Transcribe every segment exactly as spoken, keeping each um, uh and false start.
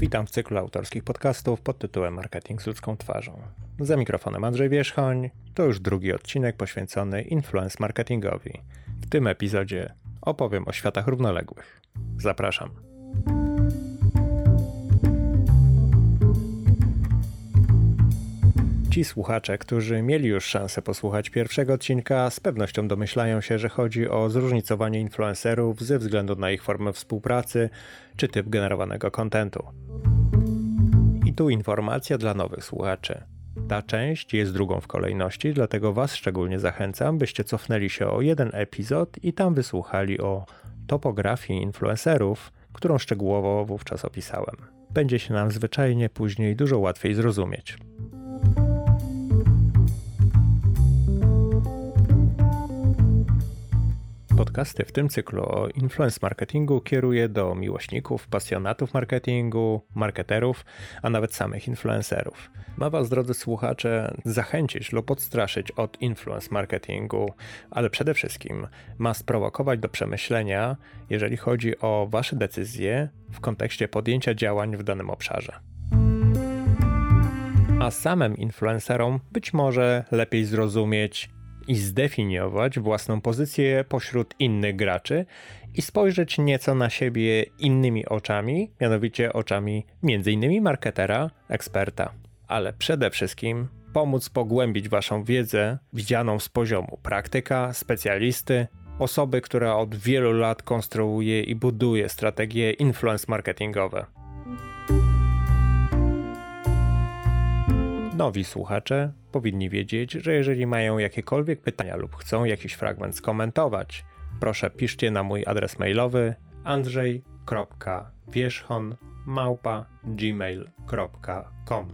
Witam w cyklu autorskich podcastów pod tytułem Marketing z ludzką twarzą. Za mikrofonem Andrzej Wierzchoń, to już drugi odcinek poświęcony influence marketingowi. W tym epizodzie opowiem o światach równoległych. Zapraszam. Ci słuchacze, którzy mieli już szansę posłuchać pierwszego odcinka, z pewnością domyślają się, że chodzi o zróżnicowanie influencerów ze względu na ich formę współpracy czy typ generowanego kontentu. I tu informacja dla nowych słuchaczy. Ta część jest drugą w kolejności, dlatego Was szczególnie zachęcam, byście cofnęli się o jeden epizod i tam wysłuchali o topografii influencerów, którą szczegółowo wówczas opisałem. Będzie się nam zwyczajnie później dużo łatwiej zrozumieć. Podcasty w tym cyklu o influence marketingu kieruję do miłośników, pasjonatów marketingu, marketerów, a nawet samych influencerów. Ma Was, drodzy słuchacze, zachęcić lub odstraszyć od influence marketingu, ale przede wszystkim ma sprowokować do przemyślenia, jeżeli chodzi o Wasze decyzje w kontekście podjęcia działań w danym obszarze. A samym influencerom być może lepiej zrozumieć i zdefiniować własną pozycję pośród innych graczy i spojrzeć nieco na siebie innymi oczami, mianowicie oczami między innymi marketera, eksperta. Ale przede wszystkim pomóc pogłębić Waszą wiedzę widzianą z poziomu praktyka, specjalisty, osoby, która od wielu lat konstruuje i buduje strategie influence marketingowe. Nowi słuchacze powinni wiedzieć, że jeżeli mają jakiekolwiek pytania lub chcą jakiś fragment skomentować, proszę piszcie na mój adres mailowy andrzej kropka wierzchon małpa gmail kropka com.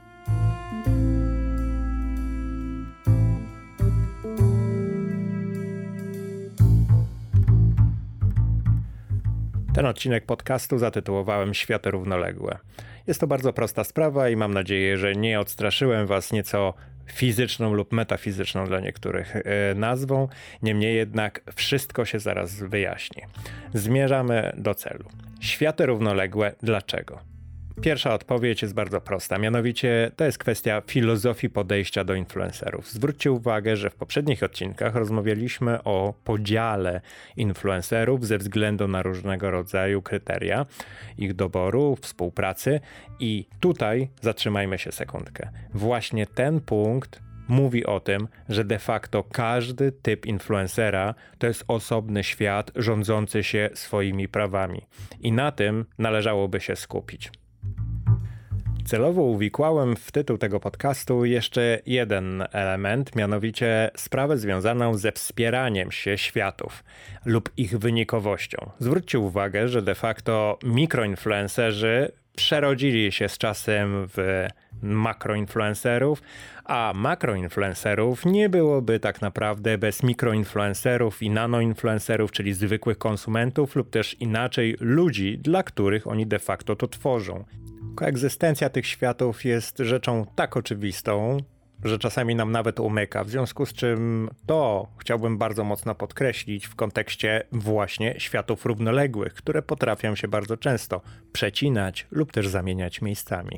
Ten odcinek podcastu zatytułowałem Światy równoległe. Jest to bardzo prosta sprawa i mam nadzieję, że nie odstraszyłem Was nieco fizyczną lub metafizyczną dla niektórych yy, nazwą. Niemniej jednak wszystko się zaraz wyjaśni. Zmierzamy do celu. Światy równoległe dlaczego? Pierwsza odpowiedź jest bardzo prosta, mianowicie to jest kwestia filozofii podejścia do influencerów. Zwróćcie uwagę, że w poprzednich odcinkach rozmawialiśmy o podziale influencerów ze względu na różnego rodzaju kryteria ich doboru, współpracy i tutaj zatrzymajmy się sekundkę. Właśnie ten punkt mówi o tym, że de facto każdy typ influencera to jest osobny świat rządzący się swoimi prawami i na tym należałoby się skupić. Celowo uwikłałem w tytuł tego podcastu jeszcze jeden element, mianowicie sprawę związaną ze wspieraniem się światów lub ich wynikowością. Zwróćcie uwagę, że de facto mikroinfluencerzy przerodzili się z czasem w makroinfluencerów, a makroinfluencerów nie byłoby tak naprawdę bez mikroinfluencerów i nanoinfluencerów, czyli zwykłych konsumentów lub też inaczej ludzi, dla których oni de facto to tworzą. Koegzystencja tych światów jest rzeczą tak oczywistą, że czasami nam nawet umyka, w związku z czym to chciałbym bardzo mocno podkreślić w kontekście właśnie światów równoległych, które potrafią się bardzo często przecinać lub też zamieniać miejscami.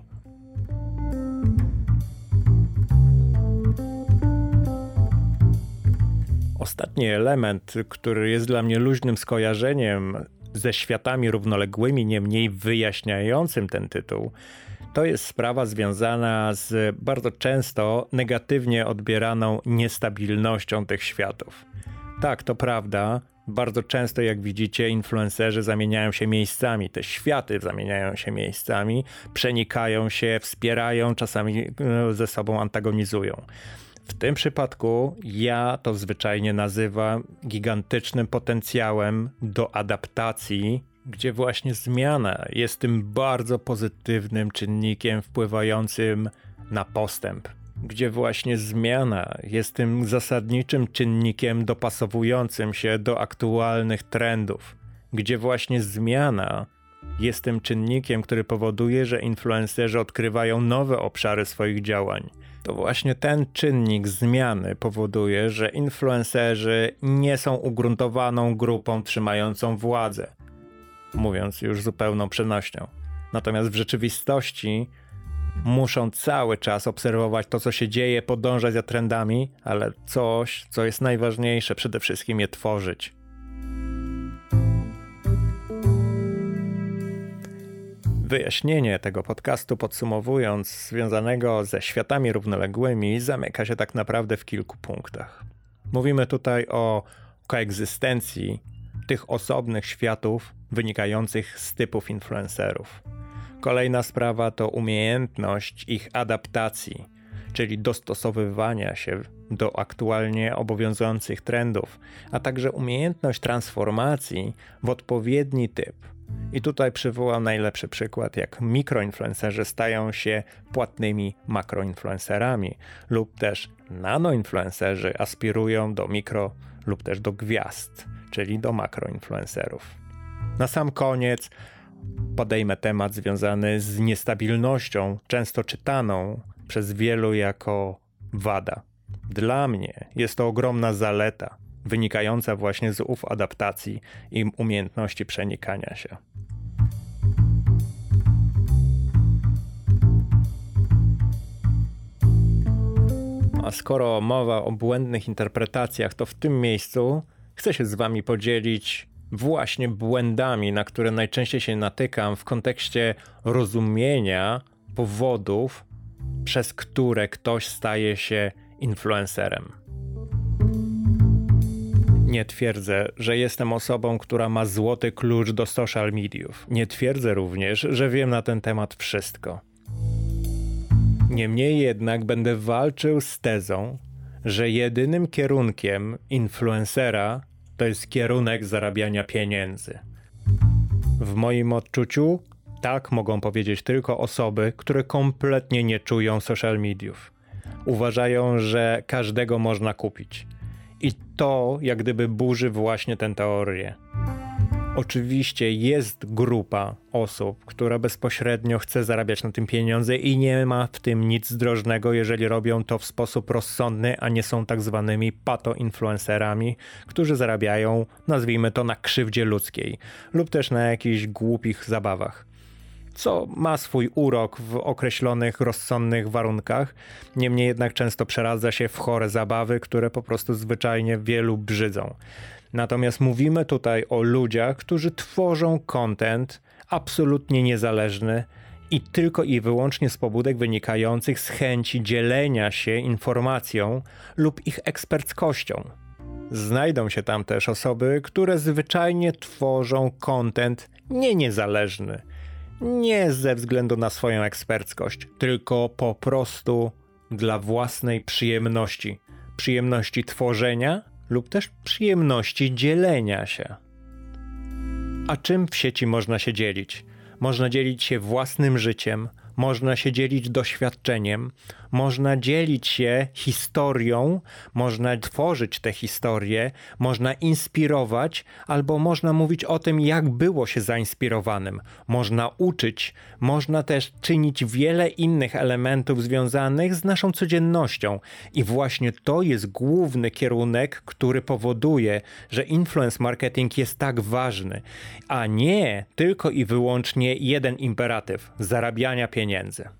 Ostatni element, który jest dla mnie luźnym skojarzeniem ze światami równoległymi, niemniej wyjaśniającym ten tytuł, to jest sprawa związana z bardzo często negatywnie odbieraną niestabilnością tych światów. Tak, to prawda, bardzo często jak widzicie influencerzy zamieniają się miejscami, te światy zamieniają się miejscami, przenikają się, wspierają, czasami ze sobą antagonizują. W tym przypadku ja to zwyczajnie nazywam gigantycznym potencjałem do adaptacji, gdzie właśnie zmiana jest tym bardzo pozytywnym czynnikiem wpływającym na postęp, gdzie właśnie zmiana jest tym zasadniczym czynnikiem dopasowującym się do aktualnych trendów, gdzie właśnie zmiana jest tym czynnikiem, który powoduje, że influencerzy odkrywają nowe obszary swoich działań. To właśnie ten czynnik zmiany powoduje, że influencerzy nie są ugruntowaną grupą trzymającą władzę. Mówiąc już zupełną przenośnią. Natomiast w rzeczywistości muszą cały czas obserwować to, co się dzieje, podążać za trendami, ale coś, co jest najważniejsze, przede wszystkim je tworzyć. Wyjaśnienie tego podcastu, podsumowując, związanego ze światami równoległymi, zamyka się tak naprawdę w kilku punktach. Mówimy tutaj o koegzystencji tych osobnych światów wynikających z typów influencerów. Kolejna sprawa to umiejętność ich adaptacji, czyli dostosowywania się do aktualnie obowiązujących trendów, a także umiejętność transformacji w odpowiedni typ. I tutaj przywołam najlepszy przykład, jak mikroinfluencerzy stają się płatnymi makroinfluencerami lub też nanoinfluencerzy aspirują do mikro lub też do gwiazd, czyli do makroinfluencerów. Na sam koniec podejmę temat związany z niestabilnością, często czytaną przez wielu jako wada. Dla mnie jest to ogromna zaleta, wynikająca właśnie z ów adaptacji i umiejętności przenikania się. A skoro mowa o błędnych interpretacjach, to w tym miejscu chcę się z wami podzielić właśnie błędami, na które najczęściej się natykam w kontekście rozumienia powodów, przez które ktoś staje się influencerem. Nie twierdzę, że jestem osobą, która ma złoty klucz do social mediów. Nie twierdzę również, że wiem na ten temat wszystko. Niemniej jednak będę walczył z tezą, że jedynym kierunkiem influencera to jest kierunek zarabiania pieniędzy. W moim odczuciu tak mogą powiedzieć tylko osoby, które kompletnie nie czują social mediów. Uważają, że każdego można kupić. I to jak gdyby burzy właśnie tę teorię. Oczywiście jest grupa osób, która bezpośrednio chce zarabiać na tym pieniądze i nie ma w tym nic zdrożnego, jeżeli robią to w sposób rozsądny, a nie są tak zwanymi pato-influencerami, którzy zarabiają, nazwijmy to, na krzywdzie ludzkiej lub też na jakichś głupich zabawach. Co ma swój urok w określonych, rozsądnych warunkach, niemniej jednak często przeradza się w chore zabawy, które po prostu zwyczajnie wielu brzydzą. Natomiast mówimy tutaj o ludziach, którzy tworzą content absolutnie niezależny i tylko i wyłącznie z pobudek wynikających z chęci dzielenia się informacją lub ich eksperckością. Znajdą się tam też osoby, które zwyczajnie tworzą content nie niezależny, nie ze względu na swoją eksperckość, tylko po prostu dla własnej przyjemności. Przyjemności tworzenia lub też przyjemności dzielenia się. A czym w sieci można się dzielić? Można dzielić się własnym życiem, można się dzielić doświadczeniem, można dzielić się historią, można tworzyć te historie, można inspirować, albo można mówić o tym, jak było się zainspirowanym. Można uczyć, można też czynić wiele innych elementów związanych z naszą codziennością. I właśnie to jest główny kierunek, który powoduje, że influence marketing jest tak ważny, a nie tylko i wyłącznie jeden imperatyw – zarabiania pieniędzy.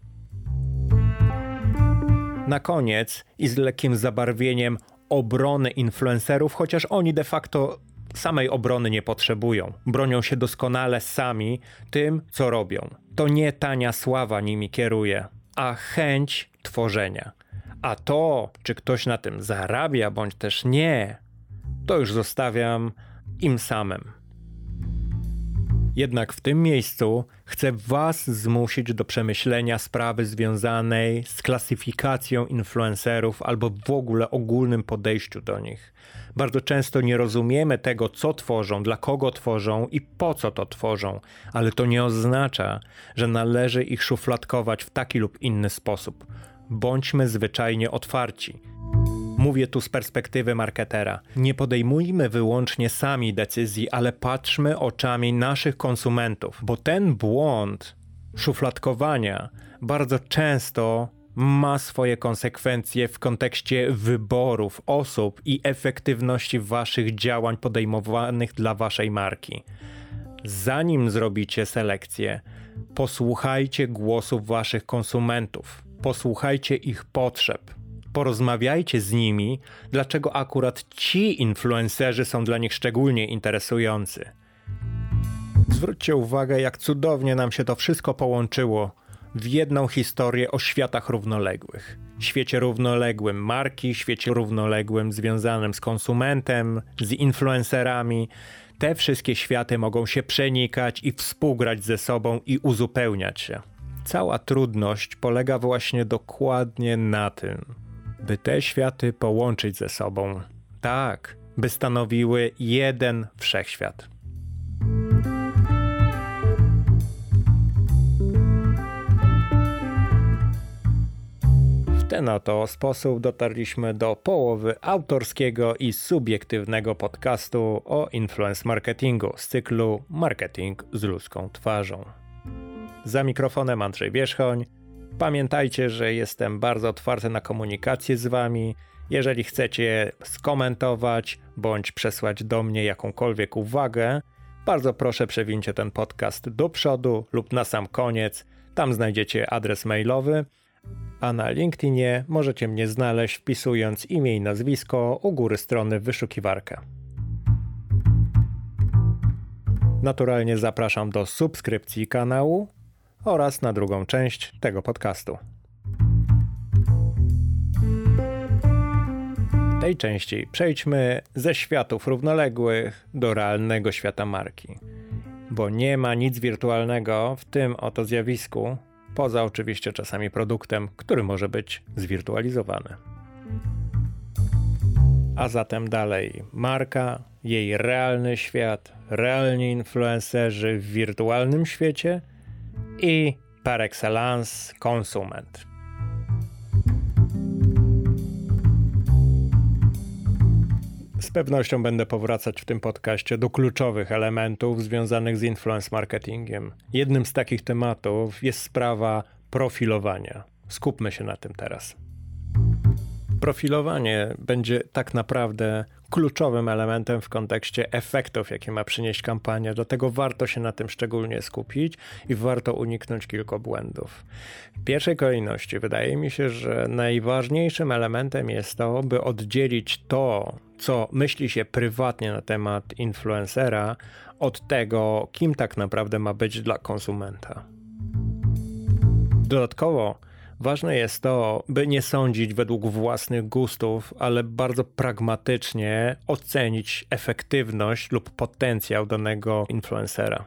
Na koniec i z lekkim zabarwieniem obrony influencerów, chociaż oni de facto samej obrony nie potrzebują. Bronią się doskonale sami tym, co robią. To nie tania sława nimi kieruje, a chęć tworzenia. A to, czy ktoś na tym zarabia, bądź też nie, to już zostawiam im samym. Jednak w tym miejscu chcę was zmusić do przemyślenia sprawy związanej z klasyfikacją influencerów albo w ogóle ogólnym podejściu do nich. Bardzo często nie rozumiemy tego, co tworzą, dla kogo tworzą i po co to tworzą, ale to nie oznacza, że należy ich szufladkować w taki lub inny sposób. Bądźmy zwyczajnie otwarci. Mówię tu z perspektywy marketera. Nie podejmujmy wyłącznie sami decyzji, ale patrzmy oczami naszych konsumentów, bo ten błąd szufladkowania bardzo często ma swoje konsekwencje w kontekście wyborów osób i efektywności waszych działań podejmowanych dla waszej marki. Zanim zrobicie selekcję, Posłuchajcie głosów waszych konsumentów. Posłuchajcie ich potrzeb. Porozmawiajcie z nimi, dlaczego akurat ci influencerzy są dla nich szczególnie interesujący. Zwróćcie uwagę, jak cudownie nam się to wszystko połączyło w jedną historię o światach równoległych. Świecie równoległym marki, świecie równoległym związanym z konsumentem, z influencerami. Te wszystkie światy mogą się przenikać i współgrać ze sobą i uzupełniać się. Cała trudność polega właśnie dokładnie na tym, by te światy połączyć ze sobą. Tak, by stanowiły jeden wszechświat. W ten oto sposób dotarliśmy do połowy autorskiego i subiektywnego podcastu o influence marketingu z cyklu Marketing z ludzką twarzą. Za mikrofonem Andrzej Wierzchoń. Pamiętajcie, że jestem bardzo otwarty na komunikację z wami. Jeżeli chcecie skomentować bądź przesłać do mnie jakąkolwiek uwagę, bardzo proszę przewinьcie ten podcast do przodu lub na sam koniec. Tam znajdziecie adres mailowy, a na LinkedInie możecie mnie znaleźć wpisując imię i nazwisko u góry strony w wyszukiwarkę. Naturalnie zapraszam do subskrypcji kanału oraz na drugą część tego podcastu. W tej części przejdźmy ze światów równoległych do realnego świata marki, bo nie ma nic wirtualnego w tym oto zjawisku, poza oczywiście czasami produktem, który może być zwirtualizowany. A zatem dalej marka, jej realny świat, realni influencerzy w wirtualnym świecie i par excellence konsument. Z pewnością będę powracać w tym podcaście do kluczowych elementów związanych z influence marketingiem. Jednym z takich tematów jest sprawa profilowania. Skupmy się na tym teraz. Profilowanie będzie tak naprawdę kluczowym elementem w kontekście efektów, jakie ma przynieść kampania, dlatego warto się na tym szczególnie skupić i warto uniknąć kilku błędów. W pierwszej kolejności wydaje mi się, że najważniejszym elementem jest to, by oddzielić to, co myśli się prywatnie na temat influencera, od tego, kim tak naprawdę ma być dla konsumenta. Dodatkowo ważne jest to, by nie sądzić według własnych gustów, ale bardzo pragmatycznie ocenić efektywność lub potencjał danego influencera.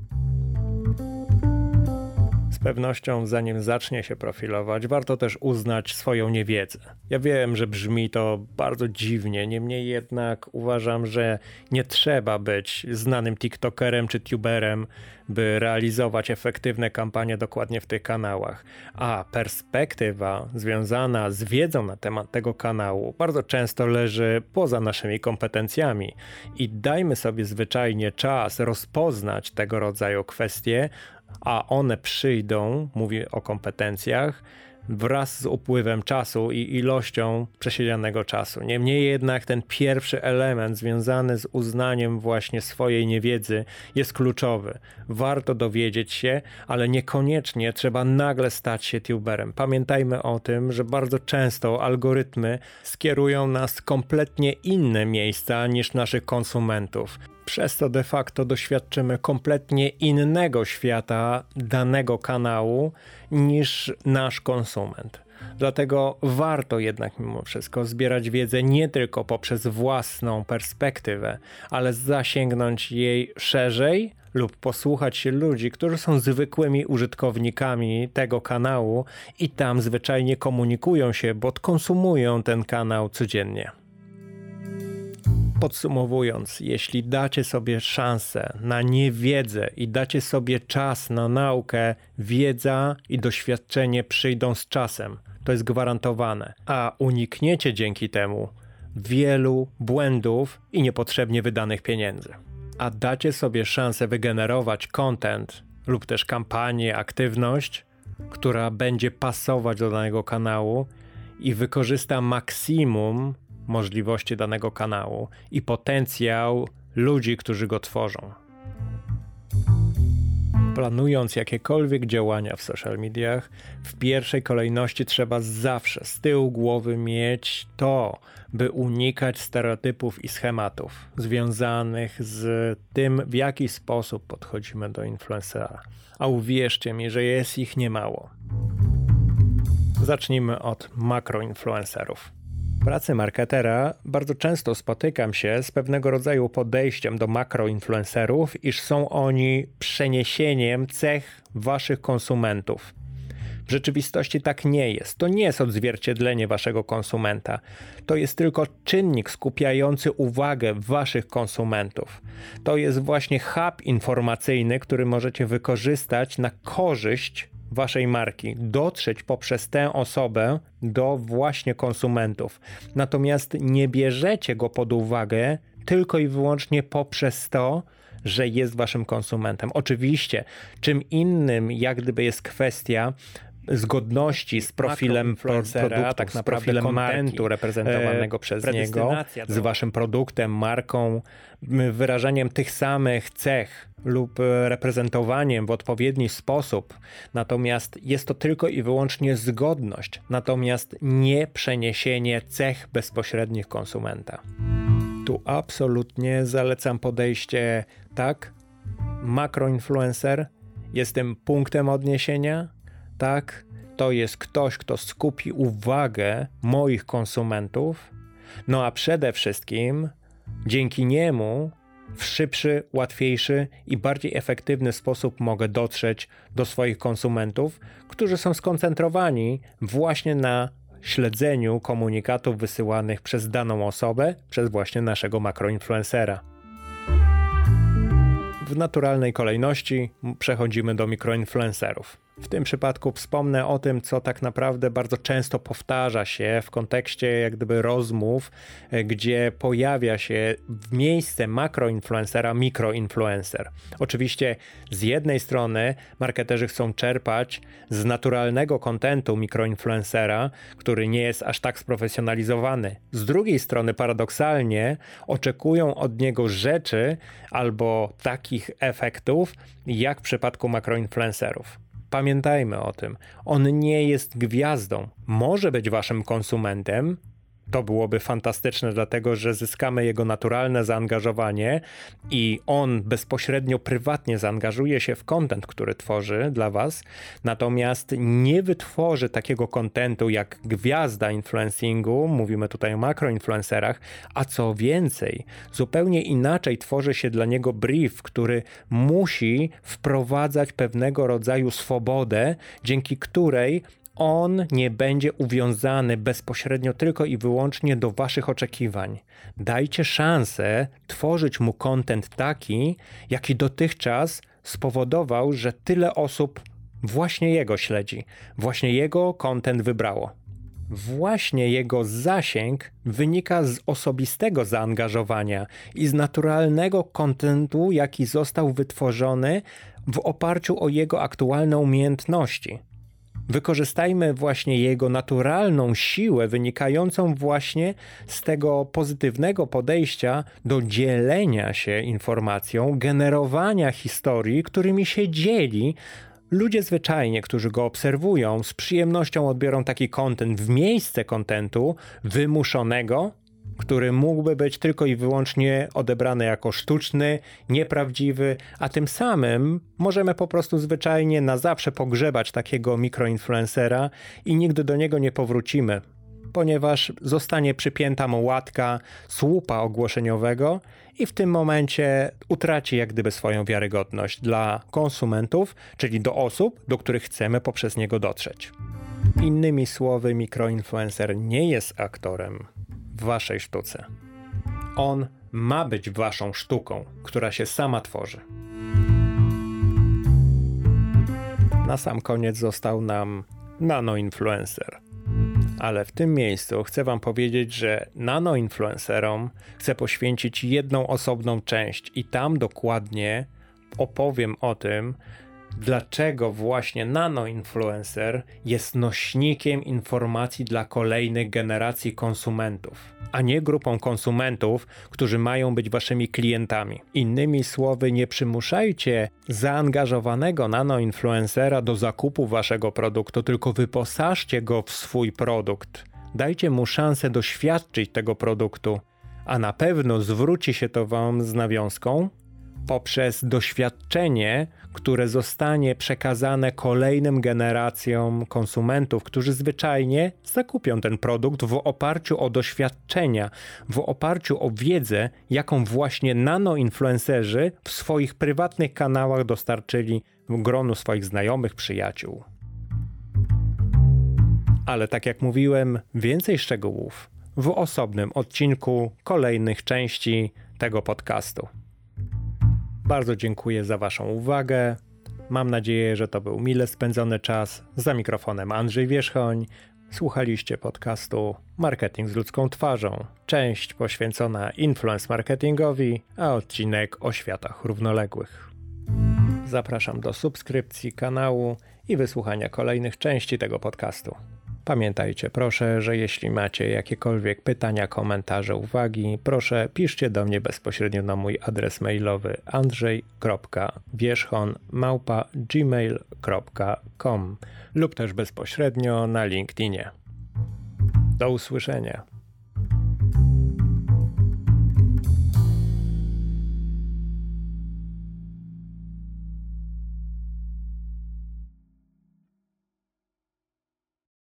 Z pewnością, zanim zacznie się profilować, warto też uznać swoją niewiedzę. Ja wiem, że brzmi to bardzo dziwnie, niemniej jednak uważam, że nie trzeba być znanym tiktokerem czy tuberem, by realizować efektywne kampanie dokładnie w tych kanałach. A perspektywa związana z wiedzą na temat tego kanału bardzo często leży poza naszymi kompetencjami i dajmy sobie zwyczajnie czas rozpoznać tego rodzaju kwestie, a one przyjdą, mówię o kompetencjach, wraz z upływem czasu i ilością przesiedzianego czasu. Niemniej jednak ten pierwszy element związany z uznaniem właśnie swojej niewiedzy jest kluczowy. Warto dowiedzieć się, ale niekoniecznie trzeba nagle stać się tuberem. Pamiętajmy o tym, że bardzo często algorytmy skierują nas w kompletnie inne miejsca niż naszych konsumentów. Przez to de facto doświadczymy kompletnie innego świata danego kanału niż nasz konsument. Dlatego warto jednak mimo wszystko zbierać wiedzę nie tylko poprzez własną perspektywę, ale zasięgnąć jej szerzej lub posłuchać się ludzi, którzy są zwykłymi użytkownikami tego kanału i tam zwyczajnie komunikują się, bo konsumują ten kanał codziennie. Podsumowując, jeśli dacie sobie szansę na niewiedzę i dacie sobie czas na naukę, wiedza i doświadczenie przyjdą z czasem. To jest gwarantowane. A unikniecie dzięki temu wielu błędów i niepotrzebnie wydanych pieniędzy. A dacie sobie szansę wygenerować content lub też kampanię, aktywność, która będzie pasować do danego kanału i wykorzysta maksimum możliwości danego kanału i potencjał ludzi, którzy go tworzą. Planując jakiekolwiek działania w social mediach, w pierwszej kolejności trzeba zawsze z tyłu głowy mieć to, by unikać stereotypów i schematów związanych z tym, w jaki sposób podchodzimy do influencera. A uwierzcie mi, że jest ich niemało. Zacznijmy od makroinfluencerów. W pracy marketera bardzo często spotykam się z pewnego rodzaju podejściem do makroinfluencerów, iż są oni przeniesieniem cech waszych konsumentów. W rzeczywistości tak nie jest. To nie jest odzwierciedlenie waszego konsumenta. To jest tylko czynnik skupiający uwagę waszych konsumentów. To jest właśnie hub informacyjny, który możecie wykorzystać na korzyść waszej marki, dotrzeć poprzez tę osobę do właśnie konsumentów. Natomiast nie bierzecie go pod uwagę tylko i wyłącznie poprzez to, że jest waszym konsumentem. Oczywiście, czym innym jak gdyby jest kwestia zgodności z profilem producenta, tak naprawdę kontentu reprezentowanego e, przez niego, z waszym produktem, marką, wyrażaniem tych samych cech lub reprezentowaniem w odpowiedni sposób. Natomiast jest to tylko i wyłącznie zgodność, natomiast nie przeniesienie cech bezpośrednich konsumenta. Tu absolutnie zalecam podejście tak, makroinfluencer jest tym punktem odniesienia, tak, to jest ktoś, kto skupi uwagę moich konsumentów, no a przede wszystkim dzięki niemu w szybszy, łatwiejszy i bardziej efektywny sposób mogę dotrzeć do swoich konsumentów, którzy są skoncentrowani właśnie na śledzeniu komunikatów wysyłanych przez daną osobę, przez właśnie naszego makroinfluencera. W naturalnej kolejności przechodzimy do mikroinfluencerów. W tym przypadku wspomnę o tym, co tak naprawdę bardzo często powtarza się w kontekście jak gdyby rozmów, gdzie pojawia się w miejsce makroinfluencera mikroinfluencer. Oczywiście z jednej strony marketerzy chcą czerpać z naturalnego kontentu mikroinfluencera, który nie jest aż tak sprofesjonalizowany. Z drugiej strony paradoksalnie oczekują od niego rzeczy albo takich efektów, jak w przypadku makroinfluencerów. Pamiętajmy o tym, on nie jest gwiazdą. Może być waszym konsumentem, to byłoby fantastyczne, dlatego że zyskamy jego naturalne zaangażowanie i on bezpośrednio, prywatnie zaangażuje się w content, który tworzy dla was, natomiast nie wytworzy takiego contentu jak gwiazda influencingu, mówimy tutaj o makroinfluencerach, a co więcej, zupełnie inaczej tworzy się dla niego brief, który musi wprowadzać pewnego rodzaju swobodę, dzięki której on nie będzie uwiązany bezpośrednio tylko i wyłącznie do waszych oczekiwań. Dajcie szansę tworzyć mu content taki, jaki dotychczas spowodował, że tyle osób właśnie jego śledzi, właśnie jego content wybrało. Właśnie jego zasięg wynika z osobistego zaangażowania i z naturalnego kontentu, jaki został wytworzony w oparciu o jego aktualne umiejętności. Wykorzystajmy właśnie jego naturalną siłę wynikającą właśnie z tego pozytywnego podejścia do dzielenia się informacją, generowania historii, którymi się dzieli. Ludzie zwyczajnie, którzy go obserwują, z przyjemnością odbiorą taki content w miejsce kontentu wymuszonego, który mógłby być tylko i wyłącznie odebrany jako sztuczny, nieprawdziwy, a tym samym możemy po prostu zwyczajnie na zawsze pogrzebać takiego mikroinfluencera i nigdy do niego nie powrócimy, ponieważ zostanie przypięta mu łatka słupa ogłoszeniowego i w tym momencie utraci jak gdyby swoją wiarygodność dla konsumentów, czyli do osób, do których chcemy poprzez niego dotrzeć. Innymi słowy, mikroinfluencer nie jest aktorem w waszej sztuce. On ma być waszą sztuką, która się sama tworzy. Na sam koniec został nam nanoinfluencer. Ale w tym miejscu chcę wam powiedzieć, że nanoinfluencerom chcę poświęcić jedną osobną część i tam dokładnie opowiem o tym, dlaczego właśnie nanoinfluencer jest nośnikiem informacji dla kolejnych generacji konsumentów, a nie grupą konsumentów, którzy mają być waszymi klientami. Innymi słowy, nie przymuszajcie zaangażowanego nanoinfluencera do zakupu waszego produktu, tylko wyposażcie go w swój produkt. Dajcie mu szansę doświadczyć tego produktu, a na pewno zwróci się to wam z nawiązką poprzez doświadczenie, które zostanie przekazane kolejnym generacjom konsumentów, którzy zwyczajnie zakupią ten produkt w oparciu o doświadczenia, w oparciu o wiedzę, jaką właśnie nanoinfluencerzy w swoich prywatnych kanałach dostarczyli w gronu swoich znajomych, przyjaciół. Ale tak jak mówiłem, więcej szczegółów w osobnym odcinku kolejnych części tego podcastu. Bardzo dziękuję za waszą uwagę. Mam nadzieję, że to był mile spędzony czas. Za mikrofonem Andrzej Wierzchoń. Słuchaliście podcastu Marketing z ludzką twarzą. Część poświęcona influence marketingowi, a odcinek o światach równoległych. Zapraszam do subskrypcji kanału i wysłuchania kolejnych części tego podcastu. Pamiętajcie proszę, że jeśli macie jakiekolwiek pytania, komentarze, uwagi, proszę piszcie do mnie bezpośrednio na mój adres mailowy andrzej kropka wierzchon małpa gmail kropka com lub też bezpośrednio na LinkedInie. Do usłyszenia.